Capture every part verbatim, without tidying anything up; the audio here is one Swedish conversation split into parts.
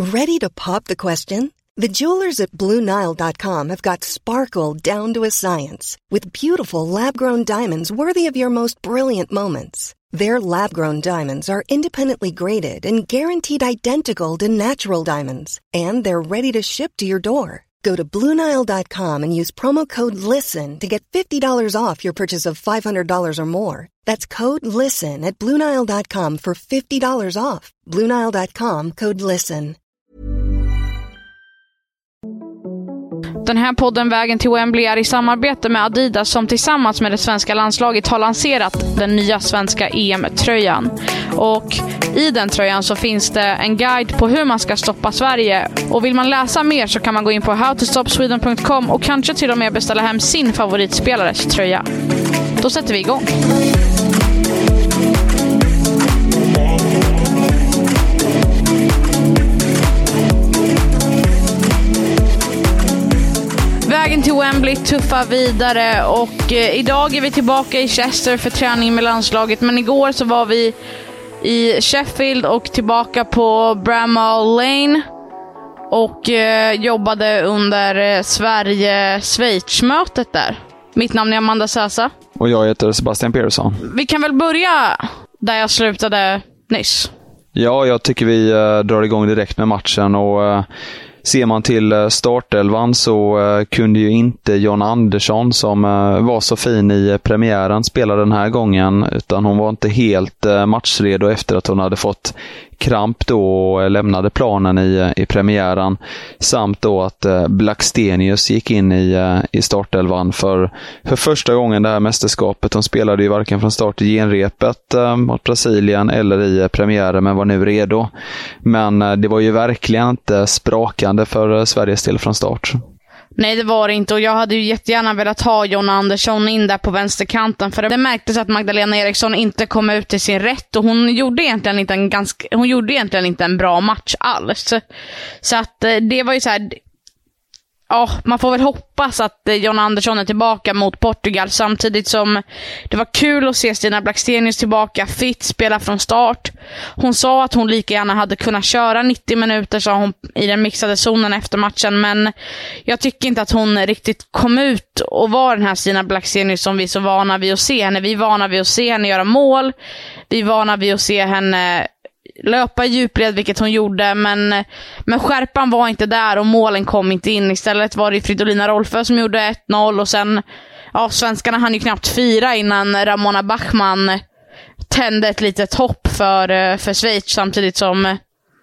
Ready to pop the question? The jewelers at Blue Nile dot com have got sparkle down to a science with beautiful lab-grown diamonds worthy of your most brilliant moments. Their lab-grown diamonds are independently graded and guaranteed identical to natural diamonds, and they're ready to ship to your door. Go to Blue Nile dot com and use promo code LISTEN to get fifty dollars off your purchase of five hundred dollars or more. That's code LISTEN at Blue Nile dot com for fifty dollars off. Blue Nile dot com, code LISTEN. Den här podden Vägen till Wembley är i samarbete med Adidas som tillsammans med det svenska landslaget har lanserat den nya svenska E M-tröjan. Och i den tröjan så finns det en guide på hur man ska stoppa Sverige. Och vill man läsa mer så kan man gå in på how to stop sweden dot com och kanske till och med beställa hem sin favoritspelares tröja. Då sätter vi igång. Vägen till Wembley tuffar vidare och eh, idag är vi tillbaka i Chester för träning med landslaget. Men igår så var vi i Sheffield och tillbaka på Bramall Lane och eh, jobbade under eh, Sverige-Schweiz-mötet där. Mitt namn är Amanda Sasa. Och jag heter Sebastian Persson. Vi kan väl börja där jag slutade nyss. Ja, jag tycker vi eh, drar igång direkt med matchen och... Eh, Ser man till startelvan så uh, kunde ju inte John Andersson som uh, var så fin i premiären spela den här gången, utan hon var inte helt uh, matchredo efter att hon hade fått kramp då och lämnade planen i, i premiären, samt då att uh, Blackstenius gick in i, uh, i startelvan för, för första gången det här mästerskapet. Hon spelade ju varken från start i genrepet uh, mot Brasilien eller i uh, premiären, men var nu redo. Men uh, det var ju verkligen inte sprakande för uh, Sveriges del från start. Nej, det var det inte, och jag hade ju jättegärna velat ha John Andersson in där på vänsterkanten, för det märktes att Magdalena Eriksson inte kom ut till sin rätt, och hon gjorde egentligen inte en ganska hon gjorde egentligen inte en bra match alls. Så att det var ju så här, ja, man får väl hoppas att John Andersson är tillbaka mot Portugal, samtidigt som det var kul att se Stina Blackstenius tillbaka fit, spela från start. Hon sa att hon lika gärna hade kunnat köra nittio minuter, sa hon i den mixade zonen efter matchen, men jag tycker inte att hon riktigt kom ut och var den här Stina Blackstenius som vi är så vana vid att se henne. Vi är vana vid att se henne göra mål, vi är vana vid att se henne löpa i djupled, vilket hon gjorde, men, men skärpan var inte där och målen kom inte in. Istället var det Fridolina Rolfö som gjorde ett noll, och sen, ja, svenskarna hann ju knappt fyra innan Ramona Bachmann tände ett litet hopp för, för Schweiz, samtidigt som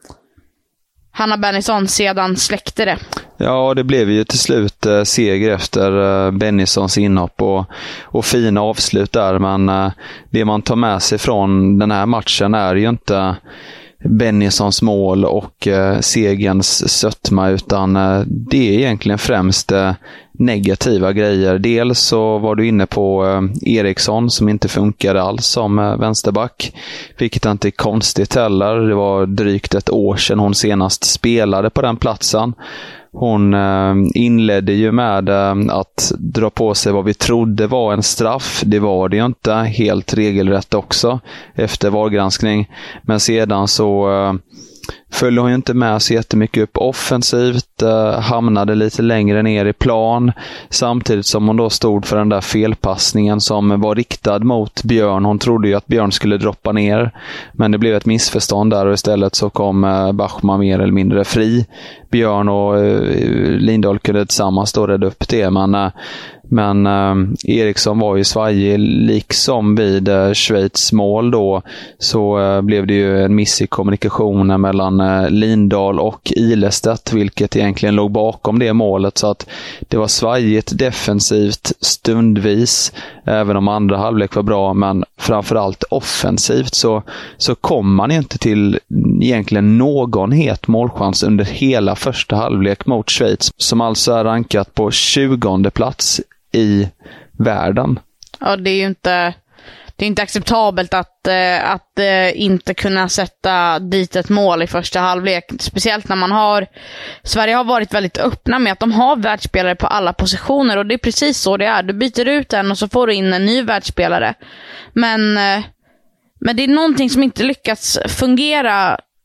Hanna Bennison sedan släckte det. Ja, det blev ju till slut eh, seger efter eh, Bennisons inhopp och, och fina avslut där, men eh, det man tar med sig från den här matchen är ju inte Bennisons mål och eh, segens sötma, utan eh, det är egentligen främst eh, negativa grejer. Dels så var du inne på eh, Eriksson som inte funkade alls som eh, vänsterback, vilket inte är konstigt heller. Det var drygt ett år sedan hon senast spelade på den platsen. Hon eh, inledde ju med eh, att dra på sig vad vi trodde var en straff. Det var det ju inte, helt regelrätt också efter VAR-granskning. Men sedan så eh, följde hon ju inte med så jättemycket upp offensivt, eh, hamnade lite längre ner i plan, samtidigt som hon då stod för den där felpassningen som var riktad mot Björn. Hon trodde ju att Björn skulle droppa ner, men det blev ett missförstånd där, och istället så kom eh, Bachmann mer eller mindre fri. Björn och eh, Lindahl kunde tillsammans då rädda upp det, men eh, Men eh, Eriksson var ju svajig, liksom vid eh, Schweiz mål då, så eh, blev det ju en miss i kommunikationen mellan eh, Lindahl och Ilestedt, vilket egentligen låg bakom det målet. Så att det var svajigt defensivt stundvis, även om andra halvlek var bra, men framförallt offensivt så, så kom man inte till egentligen någon het målchans under hela första halvlek mot Schweiz, som alltså är rankat på tjugonde plats i världen. Ja, det är ju inte, det är inte acceptabelt att, eh, att eh, inte kunna sätta dit ett mål i första halvlek. Speciellt när man har, Sverige har varit väldigt öppna med att de har världsspelare på alla positioner, och det är precis så det är. Du byter ut en och så får du in en ny världsspelare. Men, eh, men det är någonting som inte lyckats fungera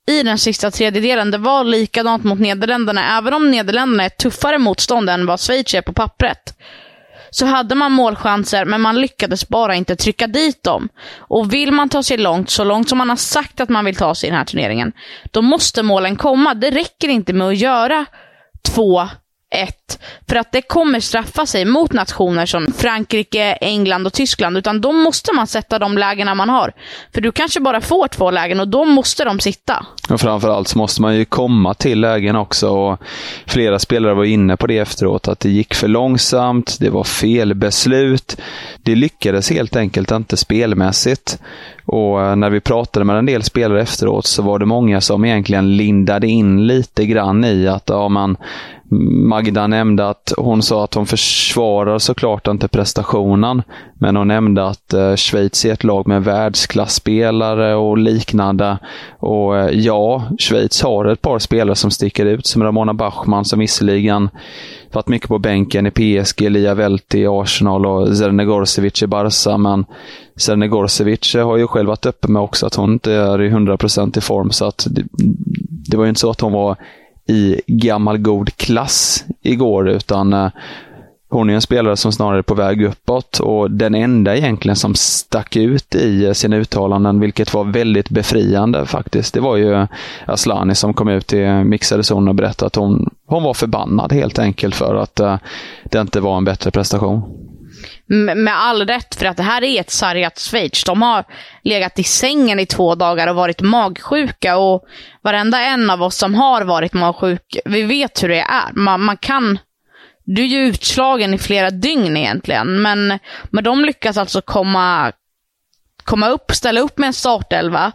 i den sista tredjedelen. Det var likadant mot Nederländerna. Även om Nederländerna är ett tuffare motstånd än vad Schweiz är på pappret, så hade man målchanser, men man lyckades bara inte trycka dit dem. Och vill man ta sig långt, så långt som man har sagt att man vill ta sig i den här turneringen, då måste målen komma. Det räcker inte med att göra två ett, för att det kommer straffa sig mot nationer som Frankrike, England och Tyskland, utan då måste man sätta de lägena man har. För du kanske bara får två lägen och då måste de sitta. Och framförallt så måste man ju komma till lägen också, och flera spelare var inne på det efteråt, att det gick för långsamt, det var fel beslut, det lyckades helt enkelt inte spelmässigt. Och när vi pratade med en del spelare efteråt, så var det många som egentligen lindade in lite grann i att ja, man, Magda nämnde att hon sa att hon försvarar såklart inte prestationen, men hon nämnde att eh, Schweiz är ett lag med världsklasspelare och liknande. Och eh, ja, Schweiz har ett par spelare som sticker ut, som Ramona Bachmann, som visserligen varit mycket på bänken i P S G, Lia Welti i Arsenal och Zerne Gorsevic i Barca, men Zerne Gorsevic har ju själv varit uppe med också att hon inte är i hundra procent i form, så att det, det var ju inte så att hon var i gammal god klass igår, utan eh, hon är en spelare som snarare är på väg uppåt, och den enda egentligen som stack ut i sina uttalanden, vilket var väldigt befriande faktiskt, det var ju Aslani som kom ut i mixade zon och berättade att hon, hon var förbannad helt enkelt för att eh, det inte var en bättre prestation. Med all rätt, för att det här är ett sargat Schweiz. De har legat i sängen i två dagar och varit magsjuka, och varenda en av oss som har varit magsjuk, vi vet hur det är. Man, man kan, du är ju utslagen i flera dygn egentligen, men, men de lyckas alltså komma, komma upp, ställa upp med en startelva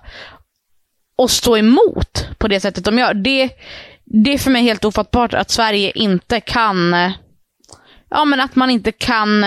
och stå emot på det sättet de gör. Det, det är för mig helt ofattbart att Sverige inte kan, ja men att man inte kan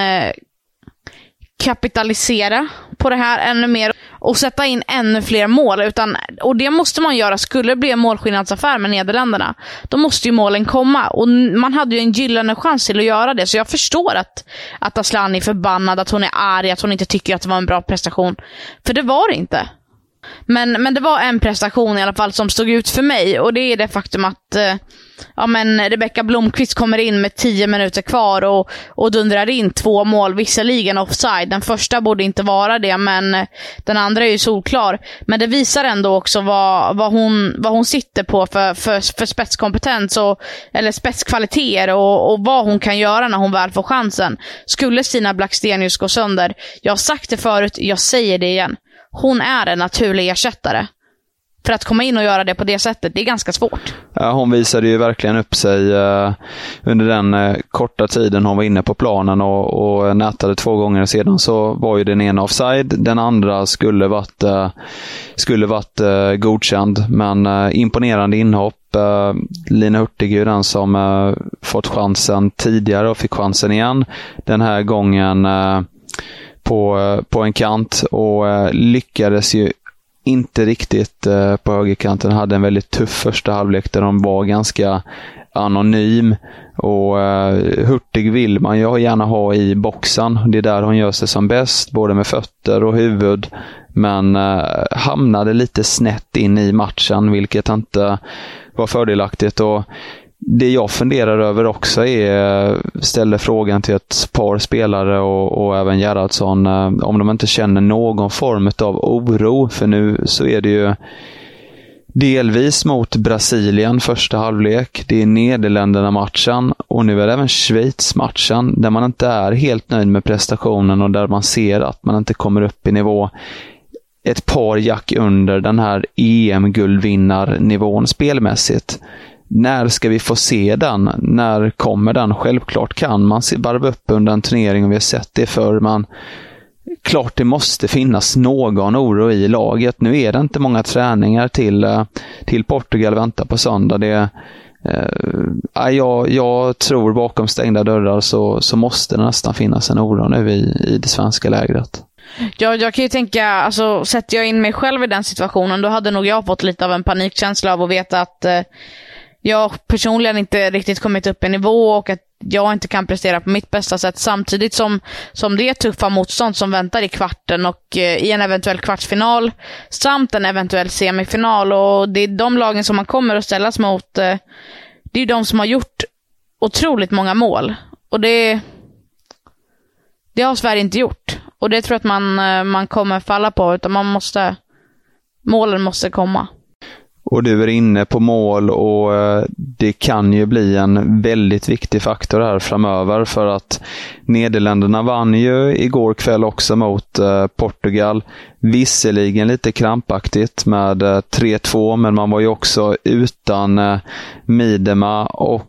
kapitalisera på det här ännu mer och sätta in ännu fler mål, utan, och det måste man göra. Skulle det bli en målskillnadsaffär med Nederländerna, då måste ju målen komma, och man hade ju en gyllene chans till att göra det. Så jag förstår att, att Aslani är förbannad, att hon är arg, att hon inte tycker att det var en bra prestation, för det var det inte. Men, men det var en prestation i alla fall som stod ut för mig, och det är det faktum att eh, ja, men Rebecka Blomqvist kommer in med tio minuter kvar och, och dundrar in två mål, visserligen offside. Den första borde inte vara det, men den andra är ju solklar. Men det visar ändå också vad, vad, hon, vad hon sitter på för, för, för spetskompetens och, eller spetskvaliteter, och, och vad hon kan göra när hon väl får chansen. Skulle Stina Blackstenius gå sönder, jag har sagt det förut, jag säger det igen, hon är en naturlig ersättare. För att komma in och göra det på det sättet, det är ganska svårt. Ja, hon visade ju verkligen upp sig uh, under den uh, korta tiden hon var inne på planen och, och nätade två gånger sedan, så var ju den ena offside. Den andra skulle varit, uh, skulle varit uh, godkänd, men uh, imponerande inhopp. Uh, Lina Hurtig är ju den som uh, fått chansen tidigare och fick chansen igen. Den här gången uh, på, uh, på en kant, och uh, lyckades ju inte riktigt eh, på högerkanten. Hade en väldigt tuff första halvlek där de var ganska anonym, och eh, Hurtig vill man ju gärna ha i boxen. Det är där hon gör sig som bäst, både med fötter och huvud, men eh, hamnade lite snett in i matchen, vilket inte var fördelaktigt. Och det jag funderar över också är, ställer frågan till ett par spelare och, och även Gerhardsson, om de inte känner någon form av oro, för nu så är det ju delvis mot Brasilien första halvlek, det är Nederländerna matchen, och nu är det även Schweiz matchen, där man inte är helt nöjd med prestationen och där man ser att man inte kommer upp i nivå ett par jack under den här E M-guldvinnarnivån spelmässigt. När ska vi få se den? När kommer den? Självklart kan man se varva upp under en turnering, och vi har sett det för man. Klart det måste finnas någon oro i laget. Nu är det inte många träningar till, till Portugal väntar på söndag. Det, eh, jag, jag tror bakom stängda dörrar så, så måste det nästan finnas en oro nu i, i det svenska lägret. Ja, jag kan ju tänka, alltså, sätter jag in mig själv i den situationen, då hade nog jag fått lite av en panikkänsla av att veta att eh, jag personligen inte riktigt kommit upp i nivå, och att jag inte kan prestera på mitt bästa sätt, samtidigt som, som det är tuffa motstånd som väntar i kvarten och eh, i en eventuell kvartsfinal samt en eventuell semifinal. Och det är de lagen som man kommer att ställas mot, eh, det är de som har gjort otroligt många mål. Och det, det har Sverige inte gjort. Och det tror jag att man, man kommer falla på, utan man måste, målen måste komma. Och du är inne på mål, och det kan ju bli en väldigt viktig faktor här framöver, för att Nederländerna vann ju igår kväll också mot Portugal. Visserligen lite krampaktigt med tre två, men man var ju också utan Midema och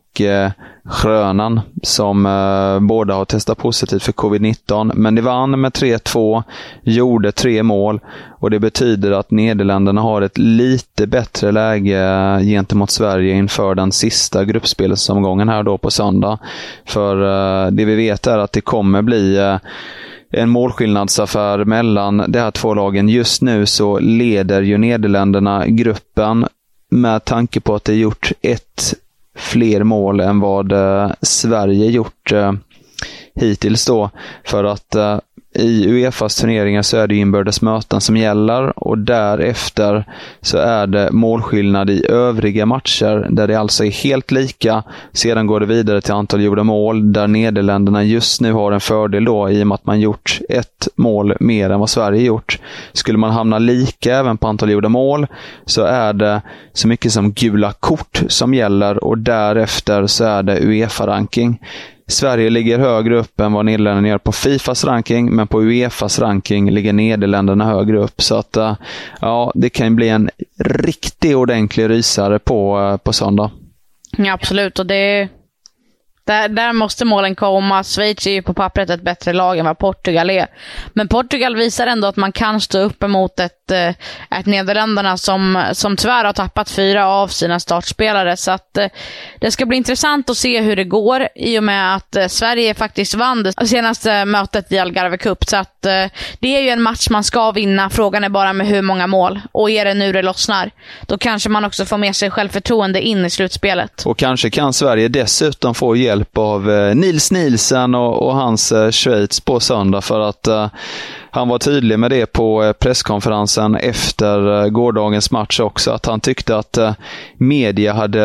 Schrönan som eh, båda har testat positivt för covid nitton, men det vann med tre två, gjorde tre mål, och det betyder att Nederländerna har ett lite bättre läge gentemot Sverige inför den sista gruppspelsomgången här då på söndag. För eh, det vi vet är att det kommer bli eh, en målskillnadsaffär mellan de här två lagen. Just nu så leder ju Nederländerna gruppen med tanke på att det gjort ett fler mål än vad eh, Sverige gjort eh, hittills då, för att eh, i UEFAs turneringar så är det inbördes möten som gäller, och därefter så är det målskillnad i övriga matcher där det alltså är helt lika. Sedan går det vidare till antal gjorda mål, där Nederländerna just nu har en fördel då i och med att man gjort ett mål mer än vad Sverige gjort. Skulle man hamna lika även på antal gjorda mål så är det så mycket som gula kort som gäller, och därefter så är det UEFA-ranking. Sverige ligger högre upp än vad Nederländerna gör på Fifas ranking, men på UEFAs ranking ligger Nederländerna högre upp. Så att ja, det kan bli en riktigt ordentlig rysare på, på söndag. Ja, absolut. Och det, där, där måste målen komma. Schweiz är ju på pappret ett bättre lag än vad Portugal är. Men Portugal visar ändå att man kan stå upp emot ett, ett Nederländerna som, som tyvärr har tappat fyra av sina startspelare. Så att det ska bli intressant att se hur det går, i och med att Sverige faktiskt vann det senaste mötet i Algarve Cup. Så att det är ju en match man ska vinna. Frågan är bara med hur många mål. Och är det nu det lossnar, då kanske man också får med sig självförtroende in i slutspelet. Och kanske kan Sverige dessutom få hjälp av Nils Nielsen och, och hans Schweiz på söndag, för att uh, han var tydlig med det på presskonferensen efter gårdagens match också, att han tyckte att uh, media hade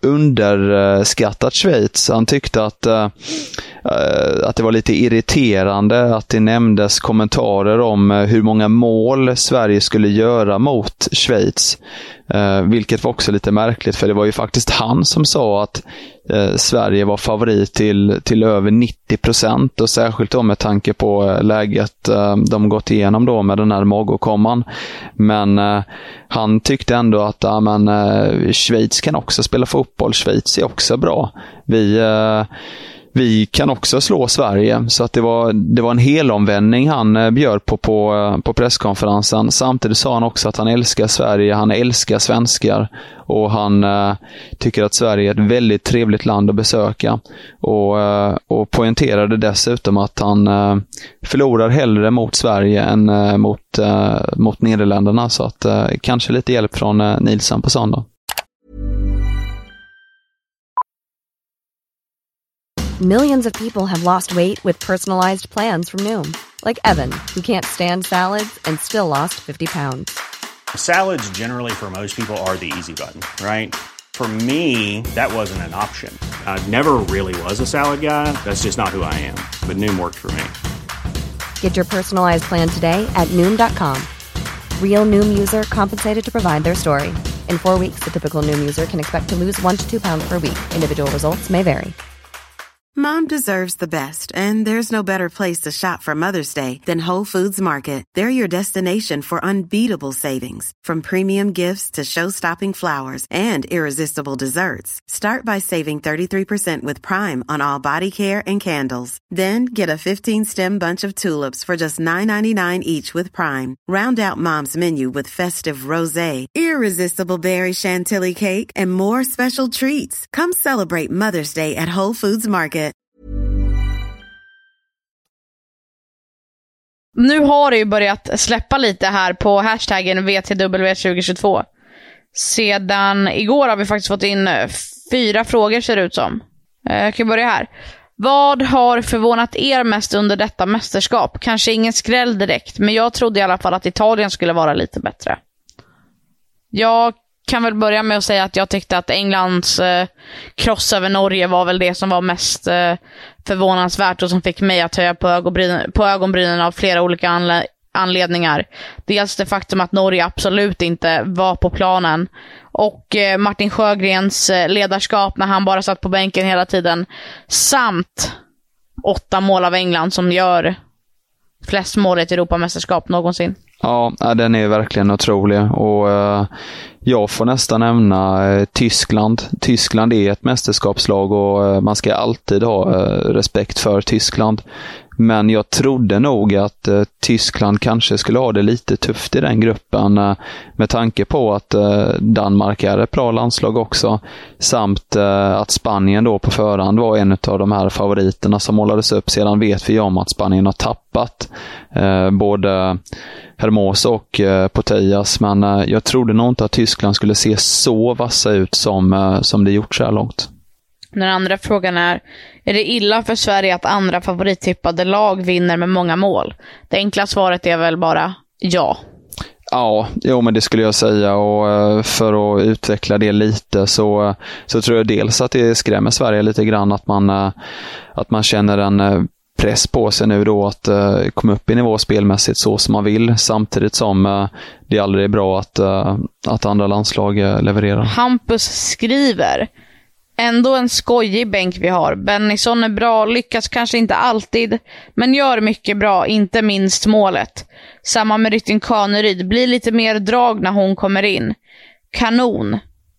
underskattat Schweiz. Han tyckte att uh, att det var lite irriterande att det nämndes kommentarer om hur många mål Sverige skulle göra mot Schweiz. Eh, vilket var också lite märkligt, för det var ju faktiskt han som sa att eh, Sverige var favorit till, till över nittio procent, och särskilt då med tanke på läget eh, de gått igenom då med den här magåkomman. Men eh, han tyckte ändå att ja, men, eh, Schweiz kan också spela fotboll, Schweiz är också bra. Vi... Eh, Vi kan också slå Sverige, så att det var, det var en helomvändning han bjöd på, på på presskonferensen. Samtidigt sa han också att han älskar Sverige, han älskar svenskar, och han eh, tycker att Sverige är ett väldigt trevligt land att besöka, och, eh, och poängterade dessutom att han eh, förlorar hellre mot Sverige än eh, mot, eh, mot Nederländerna, så att eh, kanske lite hjälp från eh, Nielsen på söndag. Millions of people have lost weight with personalized plans from Noom. Like Evan, who can't stand salads and still lost fifty pounds. Salads generally for most people are the easy button, right? For me, that wasn't an option. I never really was a salad guy. That's just not who I am. But Noom worked for me. Get your personalized plan today at Noom dot com. Real Noom user compensated to provide their story. In four weeks, the typical Noom user can expect to lose one to two pounds per week. Individual results may vary. Mom deserves the best, and there's no better place to shop for Mother's Day than Whole Foods Market. They're your destination for unbeatable savings, from premium gifts to show-stopping flowers and irresistible desserts. Start by saving thirty-three percent with Prime on all body care and candles. Then get a fifteen-stem bunch of tulips for just nine ninety-nine each with Prime. Round out Mom's menu with festive rosé, irresistible berry chantilly cake, and more special treats. Come celebrate Mother's Day at Whole Foods Market. Nu har det ju börjat släppa lite här på hashtaggen V T W tjugo tjugotvå. Sedan igår har vi faktiskt fått in fyra frågor, ser det ut som. Jag kan börja här. Vad har förvånat er mest under detta mästerskap? Kanske ingen skräll direkt, men jag trodde i alla fall att Italien skulle vara lite bättre. Jag kan väl börja med att säga att jag tyckte att Englands eh, kross över Norge var väl det som var mest eh, förvånansvärt och som fick mig att höja på, ögonbrynen, på ögonbrynen av flera olika anle- anledningar. Dels det faktum att Norge absolut inte var på planen och eh, Martin Sjögrens eh, ledarskap när han bara satt på bänken hela tiden, samt åtta mål av England som gör flest mål i ett Europamästerskap någonsin. Ja, den är verkligen otrolig och eh, jag får nästan nämna eh, Tyskland. Tyskland är ett mästerskapslag och eh, man ska alltid ha eh, respekt för Tyskland. Men jag trodde nog att eh, Tyskland kanske skulle ha det lite tufft i den gruppen eh, med tanke på att eh, Danmark är ett bra landslag också. Samt eh, att Spanien då på förhand var en av de här favoriterna som målades upp. Sedan vet vi om att Spanien har tappat eh, både Hermoso och eh, Putellas. Men eh, jag trodde nog inte att Tyskland skulle se så vassa ut som, eh, som det gjort så här långt. Den andra frågan är, är det illa för Sverige att andra favorittippade lag vinner med många mål? Det enkla svaret är väl bara ja. Ja, jo, men det skulle jag säga, och för att utveckla det lite så, så tror jag dels att det skrämmer Sverige lite grann att man, att man känner en press på sig nu då att komma upp i nivå spelmässigt så som man vill, samtidigt som det aldrig är bra att, att andra landslag levererar. Hampus skriver: ändå en skojig bänk vi har. Bennison är bra, lyckas kanske inte alltid, men gör mycket bra, inte minst målet. Samma med Rytting Kaneryd, blir lite mer drag när hon kommer in. Kanon.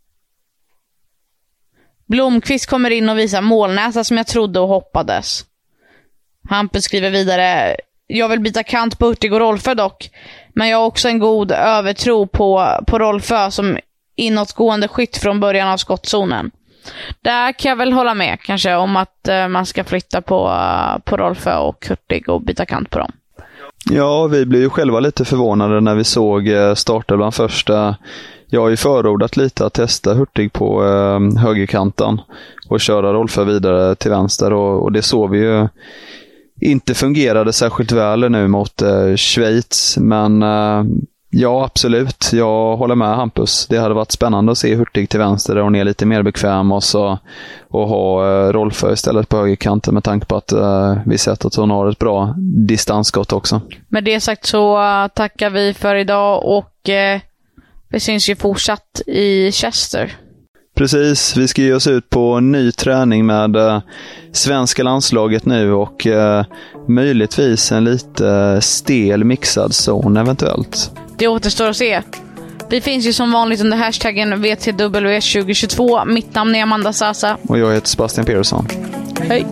Blomqvist kommer in och visar målnäsa som jag trodde och hoppades. Hampus skriver vidare: jag vill byta kant på Hurtig och Rolfö dock, men jag har också en god övertro på, på Rolfö som inåtgående skytt från början av skottzonen. Där kan jag väl hålla med kanske om att uh, man ska flytta på, uh, på Rolfö och Hurtig och byta kant på dem. Ja, vi blev ju själva lite förvånade när vi såg uh, starta bland första. Jag har ju förordat lite att testa Hurtig på uh, högerkanten och köra Rolfö vidare till vänster, och, och det såg vi ju inte fungerade särskilt väl nu mot uh, Schweiz, men uh, ja, absolut. Jag håller med Hampus. Det hade varit spännande att se Hurtig till vänster där hon är lite mer bekväm och, så, och ha uh, Rolfö istället på högerkanten med tanke på att uh, vi sett att hon har ett bra distansskott också. Med det sagt så uh, tackar vi för idag och uh, vi syns ju fortsatt i Chester. Precis, vi ska ge oss ut på ny träning med uh, svenska landslaget nu och uh, möjligtvis en lite uh, stel mixad zon eventuellt. Det återstår att se. Vi finns ju som vanligt under hashtaggen V T W tjugo tjugotvå. Mitt namn är Amanda Sasa. Och jag heter Sebastian Persson. Hej.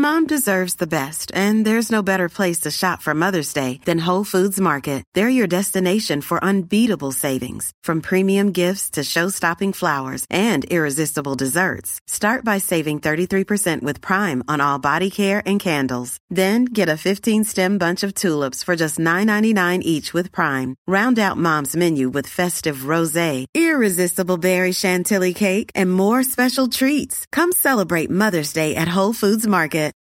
Mom deserves the best, and there's no better place to shop for Mother's Day than Whole Foods Market. They're your destination for unbeatable savings, from premium gifts to show-stopping flowers and irresistible desserts. Start by saving thirty-three percent with Prime on all body care and candles. Then get a fifteen-stem bunch of tulips for just nine ninety-nine each with Prime. Round out Mom's menu with festive rosé, irresistible berry chantilly cake, and more special treats. Come celebrate Mother's Day at Whole Foods Market.